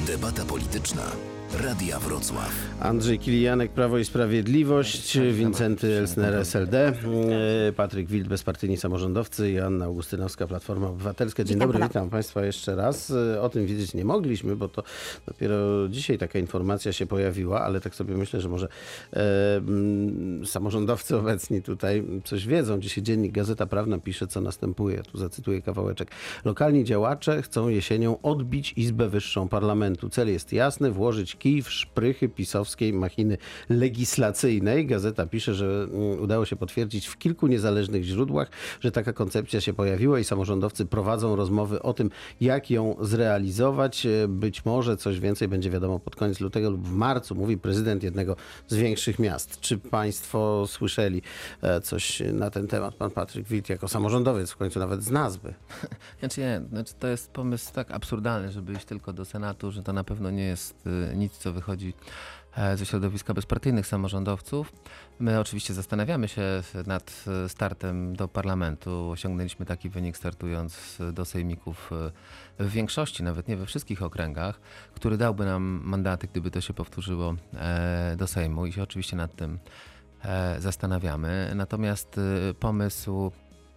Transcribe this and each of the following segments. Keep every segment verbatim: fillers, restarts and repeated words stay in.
Debata polityczna. Radia Wrocław. Andrzej Kilianek, Prawo i Sprawiedliwość, Wincenty Elsner, S L D, Patryk Wild, bezpartyjni samorządowcy i Anna Augustynowska, Platforma Obywatelska. Dzień dobry, witam Państwa jeszcze raz. O tym wiedzieć nie mogliśmy, bo to dopiero dzisiaj taka informacja się pojawiła, ale tak sobie myślę, że może e, samorządowcy obecni tutaj coś wiedzą. Dzisiaj Dziennik Gazeta Prawna pisze, co następuje. Tu zacytuję kawałeczek. Lokalni działacze chcą jesienią odbić Izbę Wyższą Parlamentu. Cel jest jasny, włożyć kij w szprychy pisowskiej machiny legislacyjnej. Gazeta pisze, że udało się potwierdzić w kilku niezależnych źródłach, że taka koncepcja się pojawiła i samorządowcy prowadzą rozmowy o tym, jak ją zrealizować. Być może coś więcej będzie wiadomo pod koniec lutego lub w marcu, mówi prezydent jednego z większych miast. Czy Państwo słyszeli coś na ten temat? Pan Patryk Wild jako samorządowiec w końcu nawet z nazwy. Znaczy nie, znaczy to jest pomysł tak absurdalny, żeby iść tylko do Senatu, że to na pewno nie jest nic, co wychodzi ze środowiska bezpartyjnych samorządowców. My oczywiście zastanawiamy się nad startem do parlamentu. Osiągnęliśmy taki wynik, startując do sejmików w większości, nawet nie we wszystkich okręgach, który dałby nam mandaty, gdyby to się powtórzyło, do Sejmu i się oczywiście nad tym zastanawiamy. Natomiast pomysł,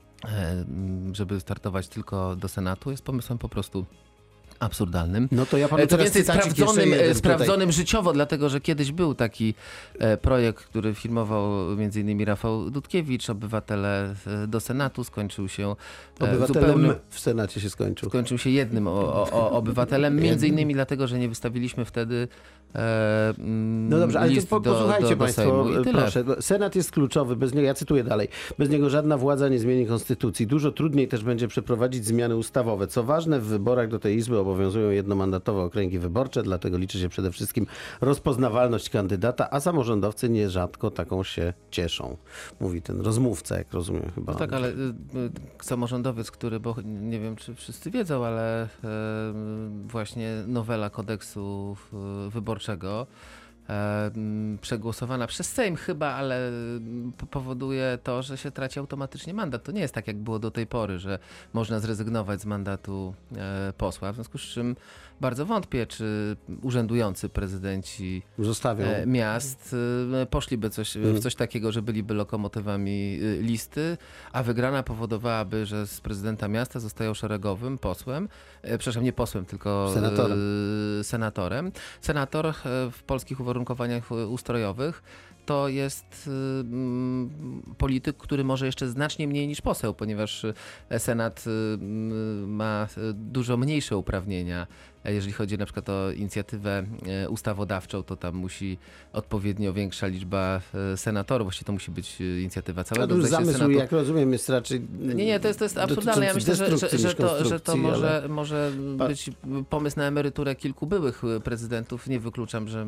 żeby startować tylko do Senatu, jest pomysłem po prostu absurdalnym. No to ja panu to teraz jest sprawdzonym, sprawdzonym tutaj. życiowo, dlatego że kiedyś był taki e, projekt, który firmował między innymi Rafał Dudkiewicz, Obywatele do Senatu, skończył się e, Obywatelem zupełnie, w Senacie się skończył. Skończył się jednym o, o, o obywatelem, między innymi dlatego, że nie wystawiliśmy wtedy e, No dobrze, ale list po, do, posłuchajcie do, do Państwo, Sejmu i tyle. proszę. Senat jest kluczowy, bez niego, ja cytuję dalej, bez niego żadna władza nie zmieni konstytucji. Dużo trudniej też będzie przeprowadzić zmiany ustawowe. Co ważne, w wyborach do tej Izby obowiązują jednomandatowe okręgi wyborcze, dlatego liczy się przede wszystkim rozpoznawalność kandydata, a samorządowcy nierzadko taką się cieszą. Mówi ten rozmówca, jak rozumiem chyba. No tak, ale y, y, samorządowiec, który, bo nie wiem, czy wszyscy wiedzą, ale y, właśnie nowela kodeksu y, wyborczego przegłosowana przez Sejm chyba, ale powoduje to, że się traci automatycznie mandat. To nie jest tak, jak było do tej pory, że można zrezygnować z mandatu posła, w związku z czym bardzo wątpię, czy urzędujący prezydenci Zostawią. miast poszliby coś, w coś takiego, że byliby lokomotywami listy, a wygrana powodowałaby, że z prezydenta miasta zostają szeregowym posłem, przepraszam, nie posłem, tylko senatorem. senatorem. Senator w polskich uwarunkowaniach ustrojowych to jest y, polityk, który może jeszcze znacznie mniej niż poseł, ponieważ Senat y, ma dużo mniejsze uprawnienia. Jeżeli chodzi na przykład o inicjatywę ustawodawczą, to tam musi odpowiednio większa liczba senatorów, właściwie to musi być inicjatywa całego zamysł, Senatu. Jak rozumiem, jest raczej Nie, nie, to jest, to jest absurdalne. Ja myślę, że, że, że, to, że to może, ale... może być pomysł na emeryturę kilku byłych prezydentów. Nie wykluczam, że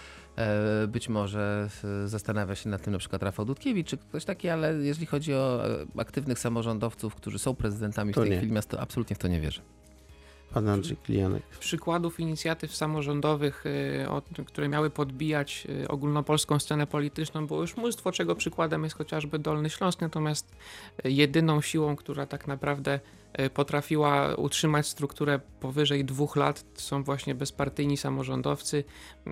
być może zastanawia się nad tym na przykład Rafał Dudkiewicz czy ktoś taki, ale jeżeli chodzi o aktywnych samorządowców, którzy są prezydentami to w tej nie. chwili miasta, to absolutnie w to nie wierzę. Pan Andrzej Kilianek. Przykładów inicjatyw samorządowych, które miały podbijać ogólnopolską scenę polityczną, było już mnóstwo, czego przykładem jest chociażby Dolny Śląsk, natomiast jedyną siłą, która tak naprawdę potrafiła utrzymać strukturę powyżej dwóch lat, są właśnie bezpartyjni samorządowcy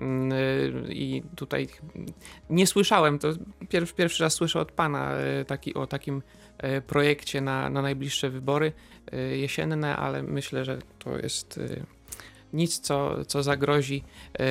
i tutaj nie słyszałem, to pierwszy, pierwszy raz słyszę od pana taki, o takim projekcie na, na najbliższe wybory jesienne, ale myślę, że to jest nic, co, co zagrozi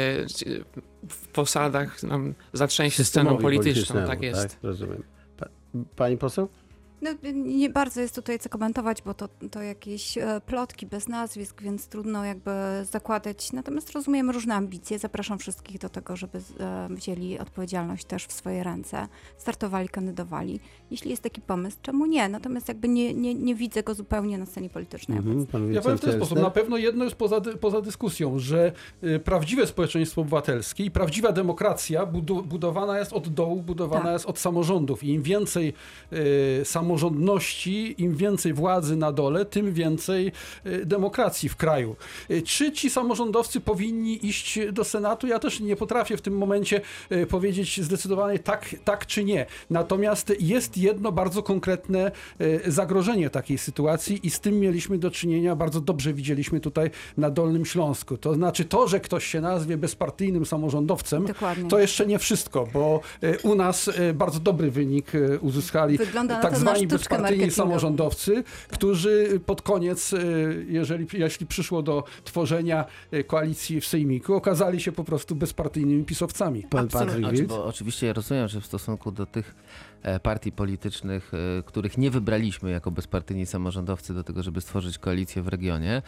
w posadach nam zatrzęsie sceną polityczną. Tak jest. Tak, rozumiem. Pa, pani poseł? No, nie bardzo jest tutaj co komentować, bo to, to jakieś plotki bez nazwisk, więc trudno jakby zakładać. Natomiast rozumiem różne ambicje. Zapraszam wszystkich do tego, żeby wzięli odpowiedzialność też w swoje ręce, startowali, kandydowali. Jeśli jest taki pomysł, czemu nie? Natomiast jakby nie, nie, nie widzę go zupełnie na scenie politycznej. Mhm, ja powiem w ten sposób. Na pewno jedno jest poza, poza dyskusją, że y, prawdziwe społeczeństwo obywatelskie i prawdziwa demokracja budu, budowana jest od dołu, budowana tak. jest od samorządów. I im więcej y, samorządów samorządności, im więcej władzy na dole, tym więcej demokracji w kraju. Czy ci samorządowcy powinni iść do Senatu? Ja też nie potrafię w tym momencie powiedzieć zdecydowanie tak, tak czy nie. Natomiast jest jedno bardzo konkretne zagrożenie takiej sytuacji i z tym mieliśmy do czynienia, bardzo dobrze widzieliśmy tutaj na Dolnym Śląsku. To znaczy to, że ktoś się nazwie bezpartyjnym samorządowcem, Dokładnie. to jeszcze nie wszystko, bo u nas bardzo dobry wynik uzyskali Wygląda tak na zwani sztuczkę bezpartyjni marketingową. samorządowcy, którzy pod koniec, jeżeli, jeśli przyszło do tworzenia koalicji w Sejmiku, okazali się po prostu bezpartyjnymi pisowcami. Pan Patryk Znaczy, Wild? bo oczywiście ja rozumiem, że w stosunku do tych e, partii politycznych, e, których nie wybraliśmy jako bezpartyjni samorządowcy do tego, żeby stworzyć koalicję w regionie,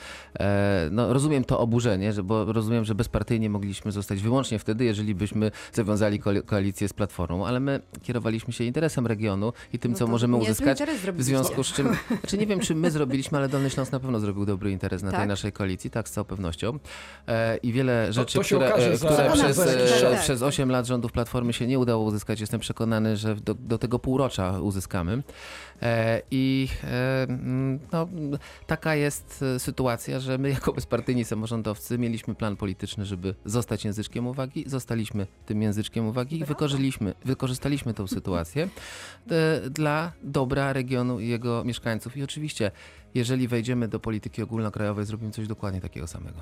e, no rozumiem to oburzenie, że, bo rozumiem, że bezpartyjnie mogliśmy zostać wyłącznie wtedy, jeżeli byśmy zawiązali ko- koalicję z Platformą, ale my kierowaliśmy się interesem regionu i tym, No co to możemy niezły uzyskać, interes w zrobiliście. związku z czym, znaczy nie wiem, czy my zrobiliśmy, ale Dolny Śląsk na pewno zrobił dobry interes na tej Tak? naszej koalicji, tak, z całą pewnością. E, I wiele rzeczy, to się które, okaże e, za- które za przez, jakiś e, czas. przez osiem lat rządów Platformy się nie udało uzyskać. Jestem przekonany, że do, do tego półrocza uzyskamy. E, I e, mm, no, taka jest e, sytuacja, że my jako bezpartyjni samorządowcy mieliśmy plan polityczny, żeby zostać języczkiem uwagi. Zostaliśmy tym języczkiem uwagi i wykorzystaliśmy, wykorzystaliśmy tę sytuację e, dla dobra regionu i jego mieszkańców. I oczywiście, jeżeli wejdziemy do polityki ogólnokrajowej, zrobimy coś dokładnie takiego samego.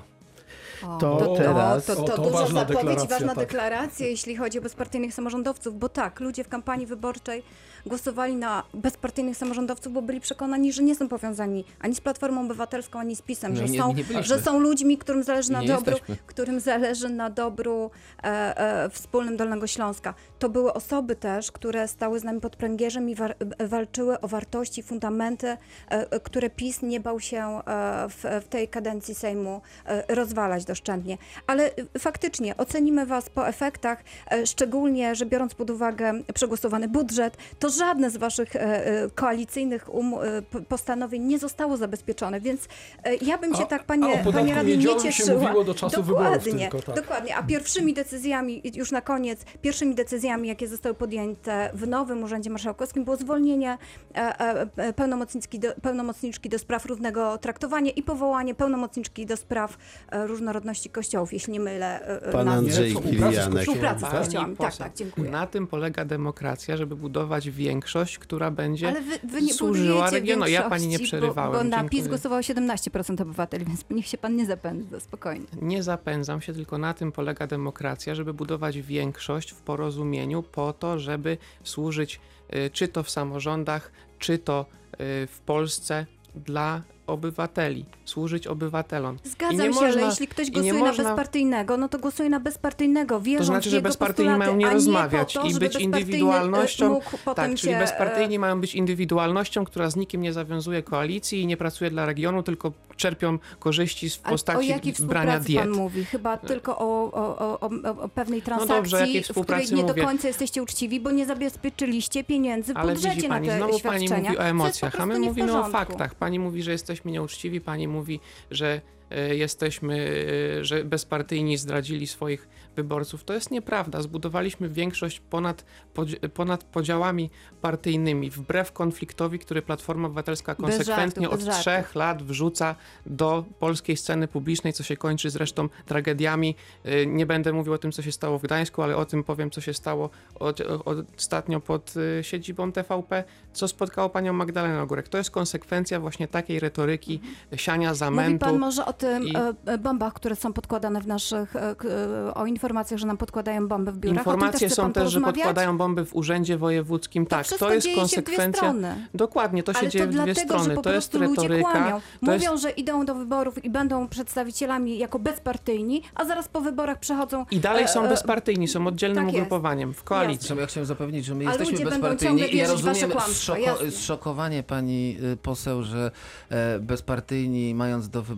O, To teraz- To, to, o, to, to duża ważna zapowiedź, deklaracja, ważna tak. deklaracja, jeśli chodzi o bezpartyjnych samorządowców, bo tak, ludzie w kampanii wyborczej głosowali na bezpartyjnych samorządowców, bo byli przekonani, że nie są powiązani ani z Platformą Obywatelską, ani z PiS-em, No że, i nie- są, nie byliśmy. że są ludźmi, którym zależy na Nie dobru, jesteśmy. którym zależy na dobru e, e, wspólnym Dolnego Śląska. To były osoby też, które stały z nami pod pręgierzem i war, walczyły o wartości, fundamenty, e, e, które PiS nie bał się e, w, w tej kadencji Sejmu e, rozwalać doszczętnie. Ale y, faktycznie ocenimy Was po efektach, e, szczególnie, że biorąc pod uwagę przegłosowany budżet, to żadne z Waszych e, e, koalicyjnych um, e, p- postanowień nie zostało zabezpieczone, więc e, ja bym się A- tak, a o panie, podatku panie radny, nie miedziowym się cieszyła. mówiło do czasu wyborów dokładnie, tylko, tak. dokładnie. A pierwszymi decyzjami, już na koniec, pierwszymi decyzjami, jakie zostały podjęte w nowym Urzędzie Marszałkowskim, było zwolnienie e, e, pełnomocniczki do, pełnomocniczki do spraw równego traktowania i powołanie pełnomocniczki do spraw e, różnorodności kościołów, jeśli nie mylę. e, Pan nazwy. Andrzej Nie, współpracy z Kilianek. Współpracy z Pani kościołami, tak, poseł, tak, dziękuję. Na tym polega demokracja, żeby budować większość, która będzie Ale wy, wy nie służyła budujecie regionowi. Ja pani nie większości, przerywałem. Bo, bo na dziękuję. PiS głosowało siedemnaście procent obywateli, więc niech się pan nie zapędza, spokojnie. Nie zapędzam się, tylko na tym polega demokracja, żeby budować większość w porozumieniu po to, żeby służyć y, czy to w samorządach, czy to y, w Polsce dla obywateli, służyć obywatelom. I Zgadzam nie się, można- ale jeśli ktoś i nie głosuje można- na bezpartyjnego, no to głosuje na bezpartyjnego, wierząc To znaczy, w że jego bezpartyjni postulaty, mają nie a rozmawiać po to, i żeby być bezpartyjny, indywidualnością. e, mógł potem Tak, czyli się, bezpartyjni mają być indywidualnością, która z nikim nie zawiązuje koalicji i nie pracuje dla regionu, tylko czerpią korzyści w Ale o postaci jakiej brania współpracy diet. pan mówi? Chyba tylko o, o, o, o, o pewnej transakcji, dobrze, o jakiej w której współpracy nie do mówię? końca jesteście uczciwi, bo nie zabezpieczyliście pieniędzy w Ale budżecie widzi pani, na te znowu pani świadczenia. mówi o co jest po emocjach, a my prostu nie w mówimy o porządku. faktach. Pani mówi, że jesteśmy nieuczciwi, pani mówi, że e, jesteśmy, e, że bezpartyjni zdradzili swoich wyborców. To jest nieprawda. Zbudowaliśmy większość ponad, podzi- ponad podziałami partyjnymi, wbrew konfliktowi, który Platforma Obywatelska Bez konsekwentnie żartu, od bez żartu. trzech lat wrzuca do polskiej sceny publicznej, co się kończy zresztą tragediami. E, Nie będę mówił o tym, co się stało w Gdańsku, ale o tym powiem, co się stało od, od, ostatnio pod e, siedzibą T V P, co spotkało panią Magdalenę Ogórek. To jest konsekwencja właśnie takiej retoryki, siania Mówi zamętu. pan może o tym i- e, e, bombach, które są podkładane w naszych, e, k- e, o informacjach, że nam podkładają bomby w biurach. Informacje o tym też chce są pan też, że porozmawiać? podkładają bomby w urzędzie wojewódzkim. To tak, wszystko to jest dzieje się w dwie konsekwencja. strony. Dokładnie, to się Ale dzieje to w dwie dlatego, strony. że po To jest prostu ludzie retoryka. kłamią. to Mówią, jest... że idą do wyborów i będą przedstawicielami jako bezpartyjni, a zaraz po wyborach przechodzą... I dalej są e, e, bezpartyjni, są oddzielnym tak jest. ugrupowaniem w koalicji. Zresztą ja chciałem zapewnić, że my A jesteśmy ludzie będą bezpartyjni ciągle i ja wierzyć w wasze rozumiem kłamstwa, zszoko- jasne. zszokowanie pani y, poseł, że e, bezpartyjni mając do wyboru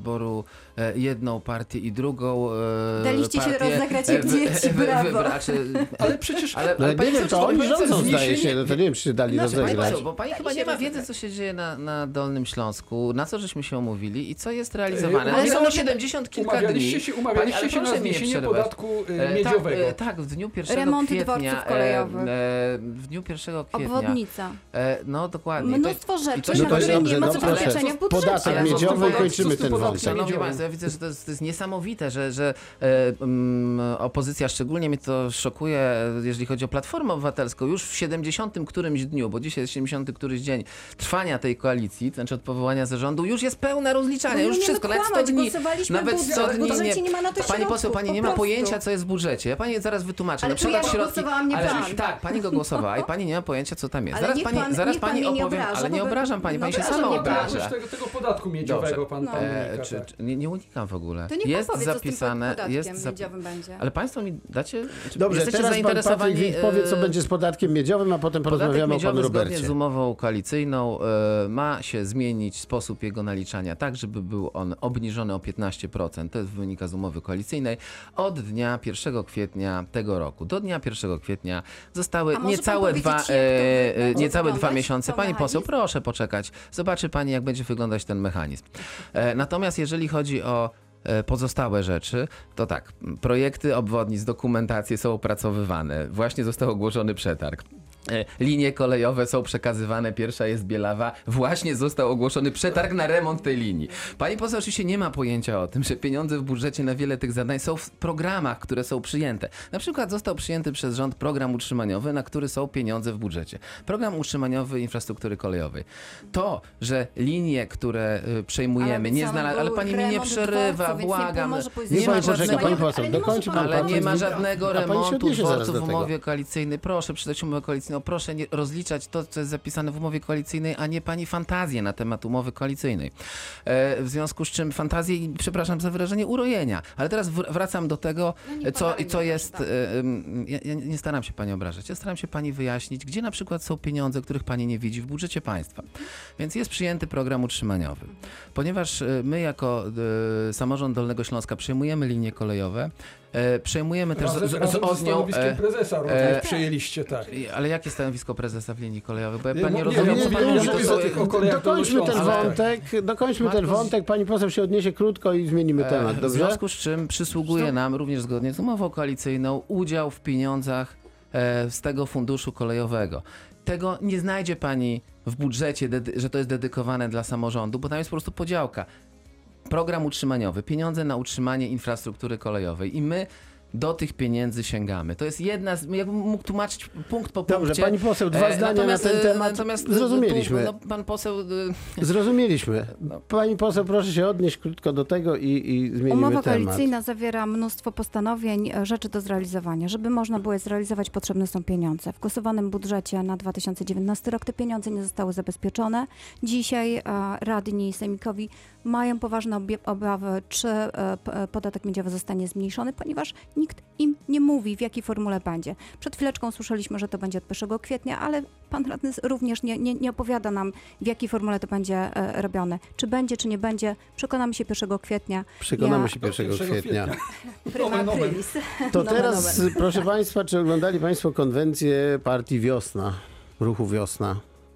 e, jedną partię i drugą e, Daliście się partię, rozegrać e, jak wy- dzieci, wy- brawo. wybraczy- Ale przecież... Ale, No, ale nie pani wiem, poseł, to czy oni pani poseł rządzą, zdaje zniesienie- się, no to nie wiem, czy się dali Znaczy, pani rozegrać. poseł, bo pani chyba nie ma wiedzy, co się dzieje na, na Dolnym Śląsku, na co żeśmy się umówili i co jest realizowane. Ale No, szanowni- są siedemdziesiąt kilka dni. Umawialiście się, umawialiście Pani- się ale na proszę mi nie zniesienie przerywać. podatku y, E, miedziowego. Tak, e, tak, w dniu pierwszego Remonty kwietnia. dworców kolejowych. E, e, w dniu pierwszego kwietnia. Obwodnica. E, no dokładnie. Mnóstwo i rzeczy, to na się No to które dobrze, nie ma no co proszę. przeznaczenia w budżecie. Podatek Ale miedziowy i co z tym kończymy ten podatkiem? wątek. Szanowni Miedziowym. Państwo, ja widzę, że to jest, to jest niesamowite, że, że e, mm, opozycja, szczególnie mnie to szokuje, jeżeli chodzi o Platformę Obywatelską, już w siedemdziesiątym którymś dniu, bo dzisiaj jest siedemdziesiąty któryś dzień trwania tej koalicji, to znaczy od powołania zarządu, już jest pełne rozliczanie, No już nie wszystko, nawet sto kłamać, dni. głosowaliśmy Nawet budżet, sto w dni budżecie nie ma na to Pani środków, poseł, pani po nie ma prostu. pojęcia, co jest w budżecie. Ja pani zaraz wytłumaczę. Ale Na to przykład ja środki. głosowałam, nie ale, pan. Tak, pani go głosowała i pani nie ma pojęcia, co tam jest. Ale Zaraz niech pani, pan- zaraz niech pan pani mnie nie opowiem, obraża, ale nie bo- obrażam pani, no pani się proszę sama mnie obraża. Oprócz tego, tego podatku miedziowego pan, pan E, unika, czy, tak. czy, nie, nie unikam w ogóle. To niech jest pan powie, co z tym zapisane, podatkiem jest zapi- miedziowym będzie. Ale państwo mi dacie. Czy Dobrze, jesteście teraz pan zainteresowani? Patryk Wit powie, co e, będzie z podatkiem miedziowym, a potem Podatek porozmawiamy o panu miedziowy zgodnie Robercie. z umową koalicyjną e, ma się zmienić sposób jego naliczania tak, żeby był on obniżony o piętnaście procent. To jest wynika z umowy koalicyjnej od dnia pierwszego kwietnia tego roku. Do dnia pierwszego kwietnia zostały A może niecałe pan dwa, powiedzieć, jak to e, będzie niecałe dwa wyglądać, miesiące. ten Pani mechanizm? poseł, proszę poczekać. Zobaczy pani, jak będzie wyglądać ten mechanizm. E, natomiast jeżeli chodzi o e, pozostałe rzeczy, to tak, projekty obwodnic, dokumentacje są opracowywane. Właśnie został ogłoszony przetarg. E, Linie kolejowe są przekazywane, pierwsza jest Bielawa, właśnie został ogłoszony przetarg na remont tej linii. Pani poseł oczywiście nie ma pojęcia o tym, że pieniądze w budżecie na wiele tych zadań są w programach, które są przyjęte. Na przykład został przyjęty przez rząd program utrzymaniowy, na który są pieniądze w budżecie. Program utrzymaniowy infrastruktury kolejowej. To, że linie, które y, przejmujemy, Ale nie sam znalazły, ale był pani mnie nie remont przerywa, dworców, więc nie błagam. pomoże powiedzieć, Nie Nie pani ma poczeka, żadnego... pani poseł, Ale nie dokończy może pan pan- Ale nie ma Patryk Wit, żadnego a pani się remontu odniesie zaraz dworców do w tego. umowie koalicyjnej. Proszę przeczytać umowę koalicyjną. Proszę nie rozliczać to, co jest zapisane w umowie koalicyjnej, a nie pani fantazję na temat umowy koalicyjnej. E, w związku z czym fantazję i, przepraszam za wyrażenie, urojenia. Ale teraz wr- wracam do tego, No nie co, podawaj co mnie, jest... tak. e, em, ja, ja nie staram się pani obrażać. Ja staram się pani wyjaśnić, gdzie na przykład są pieniądze, których pani nie widzi w budżecie państwa. Więc jest przyjęty program utrzymaniowy. Ponieważ e, my jako e, samorząd Dolnego Śląska przejmujemy linie kolejowe, e, przejmujemy też Razem, z, z, z razem ze odnią... stanowiskiem e, prezesa również e, przejęliście, tak. ale jakie stanowisko prezesa w linii kolejowej? Bo ja Nie, pani nie no, nie, rozumiem, nie, co nie, pani nie, mówi. nie, To nie, są- nie, nie, nie, kolejach Dokończmy ten dolnośląskich. wątek, dokończmy ten Markus- wątek, pani poseł się odniesie krótko i zmienimy temat, E, W dobrze? związku z czym przysługuje nam, również zgodnie z umową koalicyjną, udział w pieniądzach e, z tego funduszu kolejowego. Tego nie znajdzie pani w budżecie, dedy- że to jest dedykowane dla samorządu, bo tam jest po prostu podziałka. Program utrzymaniowy, pieniądze na utrzymanie infrastruktury kolejowej i my do tych pieniędzy sięgamy. To jest jedna z... Jakbym mógł tłumaczyć punkt po punkcie. Dobrze, pani poseł, dwa E, zdania natomiast, na ten e, temat. Natomiast e, Zrozumieliśmy. Tu, no, pan poseł... e, Zrozumieliśmy. No. Pani poseł, proszę się odnieść krótko do tego i, i zmienimy Umowa temat. koalicyjna zawiera mnóstwo postanowień, e, rzeczy do zrealizowania. Żeby można było je zrealizować, potrzebne są pieniądze. W głosowanym budżecie na dwa tysiące dziewiętnasty rok te pieniądze nie zostały zabezpieczone. Dzisiaj e, radni sejmikowi mają poważne obie- obawy, czy e, p- e, podatek miedziowy zostanie zmniejszony, ponieważ nikt im nie mówi, w jakiej formule będzie. Przed chwileczką słyszeliśmy, że to będzie od pierwszego kwietnia, ale pan radny również nie, nie, nie opowiada nam, w jakiej formule to będzie e, robione. Czy będzie, czy nie będzie, przekonamy się pierwszego kwietnia. Przekonamy Ja- się pierwszego pierwszego kwietnia. Prima Nomen, nomen. primis. To Nomen, teraz, nomen. proszę państwa, czy oglądali państwo konwencję partii Wiosna, ruchu Wiosna?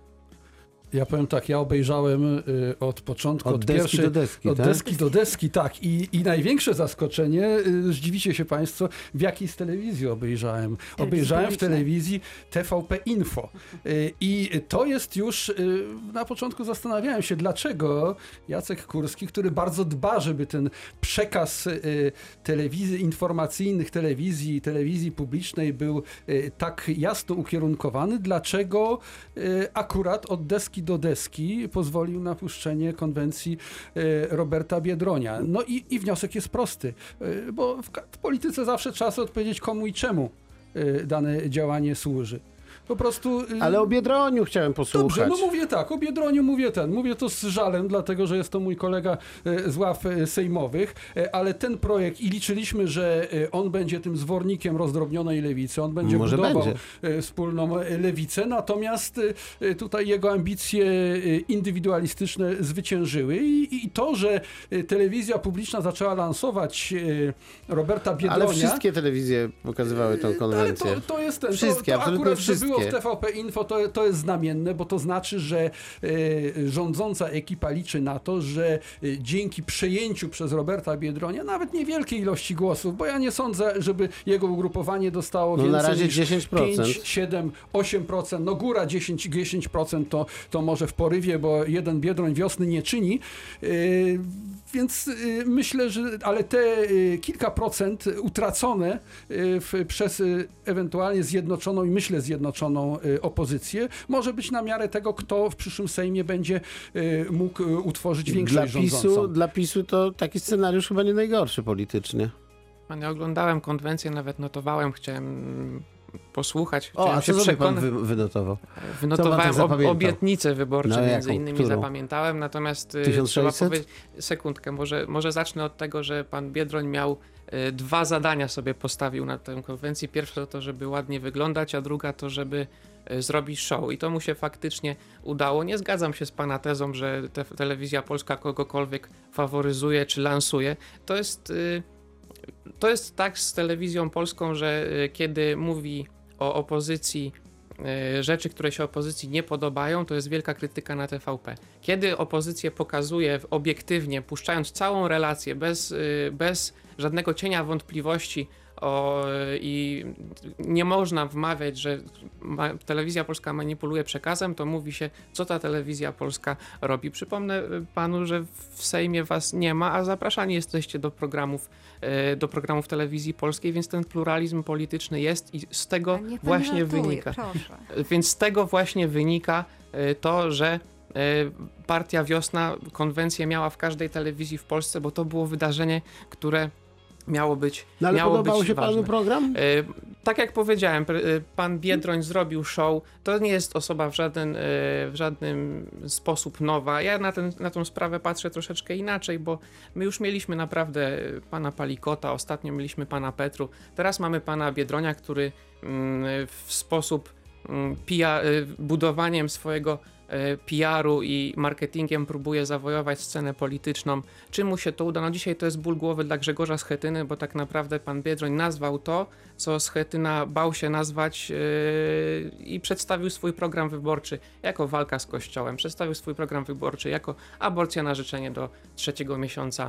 Ja powiem tak, ja obejrzałem y, od początku, Od od, deski pierwszej, do deski, od tak? deski do deski, tak. I, i największe zaskoczenie, y, zdziwicie się państwo, w jakiej z telewizji obejrzałem. Obejrzałem w publicznej. telewizji T V P Info. Y, I to jest już, y, na początku zastanawiałem się, dlaczego Jacek Kurski, który bardzo dba, żeby ten przekaz y, telewizji, informacyjnych telewizji, telewizji publicznej był y, tak jasno ukierunkowany, dlaczego y, akurat od deski do deski pozwolił na puszczenie konwencji e, Roberta Biedronia. No i, i wniosek jest prosty, e, bo w, ka- w polityce zawsze trzeba sobie odpowiedzieć, komu i czemu e, dane działanie służy. Po prostu... y, Ale o Biedroniu chciałem posłuchać. Dobrze, no mówię tak, o Biedroniu mówię ten, mówię to z żalem, dlatego że jest to mój kolega e, z ław e, sejmowych, e, ale ten projekt i liczyliśmy, że e, on będzie tym zwornikiem rozdrobnionej lewicy, on będzie Może budował będzie. e, wspólną e, lewicę, natomiast e, tutaj jego ambicje e, indywidualistyczne zwyciężyły i, i to, że e, telewizja publiczna zaczęła lansować e, Roberta Biedronia... Ale wszystkie telewizje pokazywały tą konwencję. Ale to, to jest ten, Wszystkie, to, to absolutnie akurat, wszystkie. że było w T V P Info, to, to jest znamienne, bo to znaczy, że e, rządząca ekipa liczy na to, że e, dzięki przejęciu przez Roberta Biedronia nawet niewielkiej ilości głosów, bo ja nie sądzę, żeby jego ugrupowanie dostało No więcej na razie niż dziesięć procent. pięć, siedem, osiem procent, no góra dziesięć, dziesięć procent to, to może w porywie, bo jeden Biedroń wiosny nie czyni. E, Więc y, myślę, że ale te y, kilka procent utracone y, w, przez y, ewentualnie zjednoczoną i myślę zjednoczoną y, opozycję może być na miarę tego, kto w przyszłym Sejmie będzie y, mógł y, utworzyć Dla większość PiSu, rządzącą. dla PiSu to taki scenariusz chyba nie najgorszy politycznie. Ja oglądałem konwencję, nawet notowałem, chciałem posłuchać, O, chciałem a się co sobie pan przekonać. wy, wynotował? Wynotowałem tak ob- zapamiętał? obietnice wyborcze, No, między jaką? innymi Którą? zapamiętałem, natomiast y, tysiąc trzeba sześćset? powiedzieć, sekundkę, może, może zacznę od tego, że pan Biedroń miał y, dwa zadania sobie postawił na tę konwencję. Pierwsze to to, żeby ładnie wyglądać, a druga to, żeby y, zrobić show i to mu się faktycznie udało. Nie zgadzam się z pana tezą, że te, telewizja polska kogokolwiek faworyzuje czy lansuje. To jest... Y, To jest tak z telewizją polską, że y, kiedy mówi o opozycji y, rzeczy, które się opozycji nie podobają, to jest wielka krytyka na T V P. Kiedy opozycję pokazuje obiektywnie, puszczając całą relację, bez, y, bez żadnego cienia wątpliwości o, i nie można wmawiać, że ma, telewizja polska manipuluje przekazem, to mówi się, co ta telewizja polska robi. Przypomnę panu, że w Sejmie was nie ma, a zapraszani jesteście do programów, do programów telewizji polskiej, więc ten pluralizm polityczny jest i z tego Niech pan właśnie żartuje, wynika. Proszę. Więc z tego właśnie wynika to, że Partia Wiosna konwencję miała w każdej telewizji w Polsce, bo to było wydarzenie, które miało być No ale miało podobał być się ważne. panu program? E, tak jak powiedziałem, pr- e, pan Biedroń zrobił show. To nie jest osoba w żaden, e, w żadnym sposób nowa. Ja na, ten, na tą sprawę patrzę troszeczkę inaczej, bo my już mieliśmy naprawdę pana Palikota, ostatnio mieliśmy pana Petru, teraz mamy pana Biedronia, który mm, w sposób mm, pija- e, budowaniem swojego P R-u i marketingiem próbuje zawojować scenę polityczną. Czy mu się to uda? No dzisiaj to jest ból głowy dla Grzegorza Schetyny, bo tak naprawdę pan Biedroń nazwał to, co Schetyna bał się nazwać yy, i przedstawił swój program wyborczy jako walka z Kościołem. Przedstawił swój program wyborczy jako aborcja na życzenie do trzeciego miesiąca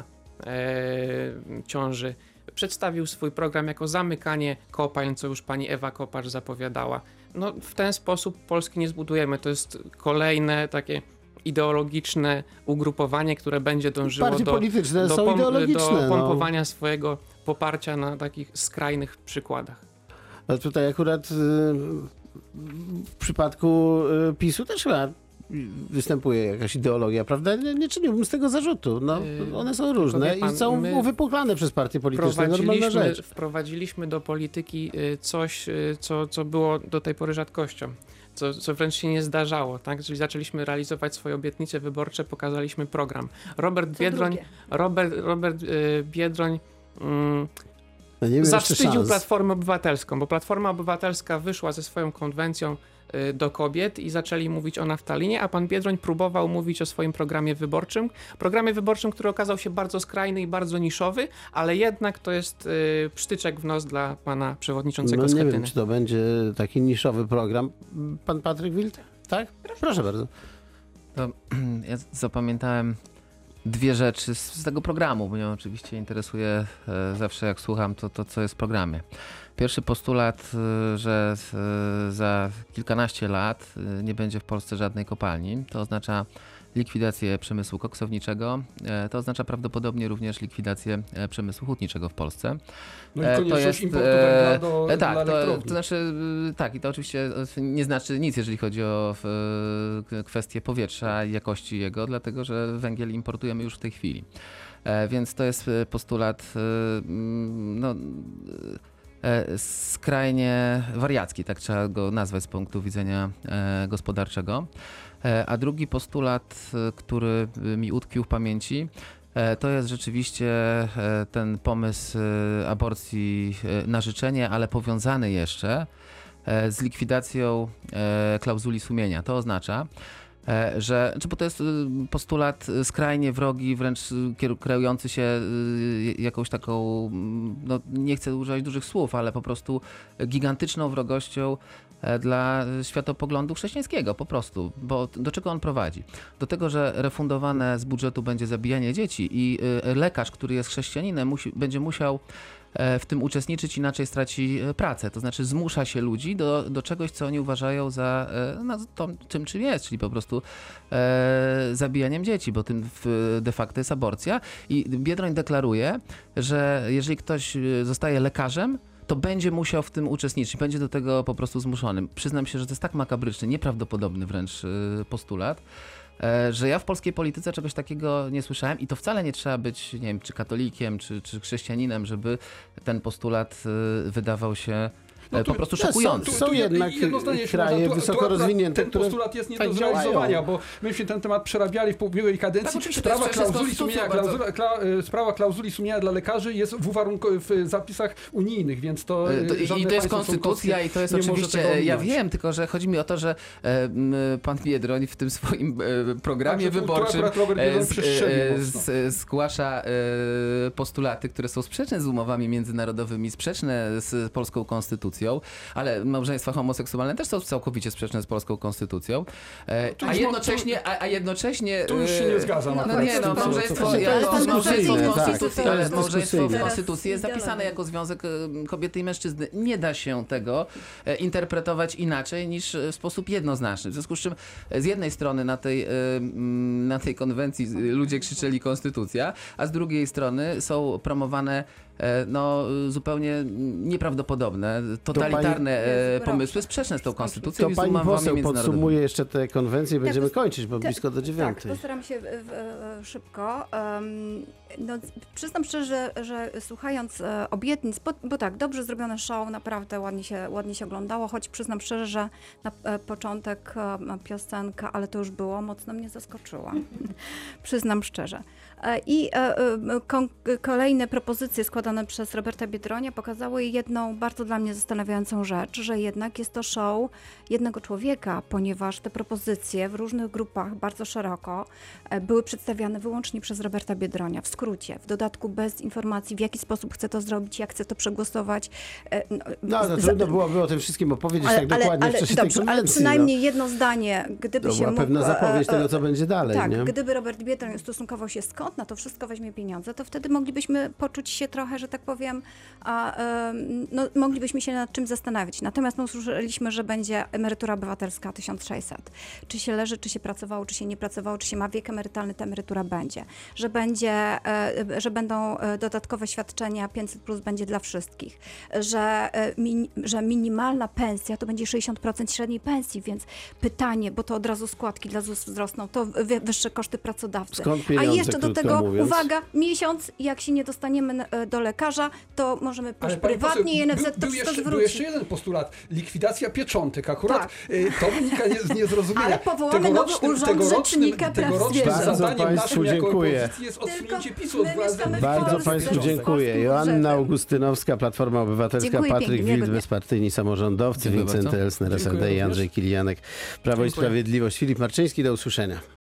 yy, ciąży. Przedstawił swój program jako zamykanie kopalń, co już pani Ewa Kopacz zapowiadała. No, w ten sposób Polski nie zbudujemy. To jest kolejne takie ideologiczne ugrupowanie, które będzie dążyło Partie do, polityczne do, są pom- ideologiczne. do no. pompowania swojego poparcia na takich skrajnych przykładach. A tutaj akurat y, w przypadku y, PiSu też chyba występuje jakaś ideologia, prawda? Nie, nie czyniłbym z tego zarzutu. No, Yy, one są różne wie pan, i są my uwypuklane przez partie polityczne. Normalna rzecz. Wprowadziliśmy do polityki y, coś, y, co, co było do tej pory rzadkością. Co, co wręcz się nie zdarzało, tak? Czyli zaczęliśmy realizować swoje obietnice wyborcze, pokazaliśmy program. Robert Co Biedroń, drugie. Robert, Robert y, Biedroń mm, No nie wiem, jeszcze zawstydził szans. Platformę Obywatelską, bo Platforma Obywatelska wyszła ze swoją konwencją y, do kobiet i zaczęli mówić o naftalinie, a pan Biedroń próbował mówić o swoim programie wyborczym. Programie wyborczym, który okazał się bardzo skrajny i bardzo niszowy, ale jednak to jest y, psztyczek w nos dla pana przewodniczącego No nie Schetyny. wiem, czy to będzie taki niszowy program. Pan Patryk Wild? Tak? Proszę bardzo. To ja zapamiętałem dwie rzeczy z, z tego programu, bo mnie oczywiście interesuje e, zawsze jak słucham to, to, co jest w programie. Pierwszy postulat, e, że e, za kilkanaście lat e, nie będzie w Polsce żadnej kopalni. To oznacza likwidację przemysłu koksowniczego. E, to oznacza prawdopodobnie również likwidację e, przemysłu hutniczego w Polsce. No i E, konieczność importu węgla do, e, tak, dla to, elektrowni. to znaczy, e, tak, i to oczywiście nie znaczy nic, jeżeli chodzi o e, kwestię powietrza i jakości jego, dlatego że węgiel importujemy już w tej chwili. E, więc to jest postulat, e, no, e, skrajnie wariacki, tak trzeba go nazwać z punktu widzenia e, gospodarczego. E, a drugi postulat, e, który mi utkwił w pamięci, e, to jest rzeczywiście e, ten pomysł e, aborcji e, na życzenie, ale powiązany jeszcze e, z likwidacją e, klauzuli sumienia. To oznacza, E, że, czy bo to jest postulat skrajnie wrogi, wręcz kieru- kreujący się y, jakąś taką, no nie chcę używać dużych słów, ale po prostu gigantyczną wrogością e, dla światopoglądu chrześcijańskiego po prostu. Bo do czego on prowadzi? Do tego, że refundowane z budżetu będzie zabijanie dzieci i y, lekarz, który jest chrześcijaninem, musi, będzie musiał w tym uczestniczyć, inaczej straci pracę. To znaczy zmusza się ludzi do, do czegoś, co oni uważają za no, to, tym, czym jest, czyli po prostu e, zabijaniem dzieci, bo tym w, de facto jest aborcja. I Biedroń deklaruje, że jeżeli ktoś zostaje lekarzem, to będzie musiał w tym uczestniczyć, będzie do tego po prostu zmuszony. Przyznam się, że to jest tak makabryczny, nieprawdopodobny wręcz postulat, że ja w polskiej polityce czegoś takiego nie słyszałem i to wcale nie trzeba być, nie wiem, czy katolikiem, czy, czy chrześcijaninem, żeby ten postulat wydawał się No po tu- prostu są- szokujący. Są jednak jedno zdanie się kraje można- tu- wysoko tu akurat rozwinięte, Ten które postulat jest nie tak do działają. zrealizowania, bo myśmy ten temat przerabiali w ubiegłej kadencji. Tak, oczywiście, to jest sprawa, sprzeczne z klauzuli konstytucją sumienia, bardzo. klauzula, kla, sprawa klauzuli sumienia dla lekarzy jest w, uwarunku, w zapisach unijnych, więc to, To, y, żadne I to jest państwo konstytucja i to jest członkowskie nie może oczywiście, tego ja ominąć. wiem, tylko że chodzi mi o to, że e, m, pan Biedroń w tym swoim e, programie Także tu- tu wyborczym akurat Robert Biedroń e, z- przestrzelił e, mocno. z- zgłasza e, postulaty, które są sprzeczne z umowami międzynarodowymi, sprzeczne z polską konstytucją, ale małżeństwa homoseksualne też są całkowicie sprzeczne z polską konstytucją, e, tu a już mo- jednocześnie, a, a jednocześnie... Tu już się e, nie zgadzam. No, akurat nie, z no, tym, co- co małżeństwo, pan- jako, To jest małżeństwo w dyskusyjne, tak. konstytucji, To ale jest małżeństwo w dyskusyjne. konstytucji jest zapisane jako związek e, kobiety i mężczyzny. Nie da się tego e, interpretować inaczej niż e, w sposób jednoznaczny. W związku z czym e, z jednej strony na tej, e, m, na tej konwencji e, ludzie krzyczeli konstytucja, a z drugiej strony są promowane e, no, zupełnie nieprawdopodobne, totalitarne e, Jezu, pomysły sprzeczne z tą konstytucją To i z pani umowami poseł międzynarodowymi. podsumuje jeszcze te konwencje i będziemy pos- kończyć, bo te- blisko do Tak, dziewiątej. postaram się w, w, w, szybko. Um, no, przyznam szczerze, że, że słuchając e, obietnic, bo, bo tak, dobrze zrobione show, naprawdę ładnie się, ładnie się oglądało, choć przyznam szczerze, że na e, początek e, piosenka, ale to już było, mocno mnie zaskoczyła. Przyznam szczerze. E, I e, e, kon, kolejne propozycje składane przez Roberta Biedronia pokazały jedną bardzo dla mnie zastanawiającą rzecz, że jednak jest to show jednego człowieka, ponieważ te propozycje w różnych grupach bardzo szeroko e, były przedstawiane wyłącznie przez Roberta Biedronia, w skrócie, w dodatku bez informacji, w jaki sposób chce to zrobić, jak chce to przegłosować. E, No, to za- trudno byłoby o tym wszystkim opowiedzieć ale, tak ale, dokładnie ale, w czasie dobrze, tej ale konwencji. przynajmniej jedno zdanie, gdyby no. To się była mógł... pewna e, zapowiedź e, tego, co będzie dalej, Tak, nie? gdyby Robert Biedroń ustosunkował się, skąd na to wszystko weźmie pieniądze, to wtedy moglibyśmy poczuć się trochę, że tak powiem, a, em, no, moglibyśmy się nad czym zastanawiać. Natomiast my usłyszeliśmy, że będzie emerytura obywatelska tysiąc sześćset. Czy się leży, czy się pracowało, czy się nie pracowało, czy się ma wiek emerytalny, ta emerytura będzie. Że będzie, e, że będą e, dodatkowe świadczenia, pięćset plus będzie dla wszystkich. Że, e, min, że minimalna pensja to będzie sześćdziesiąt procent średniej pensji, więc pytanie, bo to od razu składki dla ZUS wzrosną, to wy, wyższe koszty pracodawcy. Skąd A pieniądze, jeszcze do krótko tego, mówiąc? uwaga, miesiąc, jak się nie dostaniemy e, do lekarza, to możemy pójść Ale pani prywatnie poseł, i N F Z był, to był, wszystko jeszcze, był zwróci. jeszcze jeden postulat. Likwidacja pieczątek. Akurat Tak. y, to wynika nie, z niezrozumienia. Ale powołamy nowy urząd Rzecznika Praw tegorocznym Zwierząt. Bardzo zadaniem państwu naszym jako dziękuję. opozycji jest Tylko odsunięcie PiSu my od władzy. mieszkamy w Bardzo Polsce, Państwu z dziękuję. polskim Joanna budżetem. Augustynowska, Platforma Obywatelska, Dziękuję Patryk pięknie, Wild, miłego dnia. bezpartyjni samorządowcy, Dziękuję Wincenty bardzo. Elsner, S L D Dziękuję i Andrzej również. Kilianek, Prawo i Dziękuję. Sprawiedliwość. Filip Marczyński, do usłyszenia.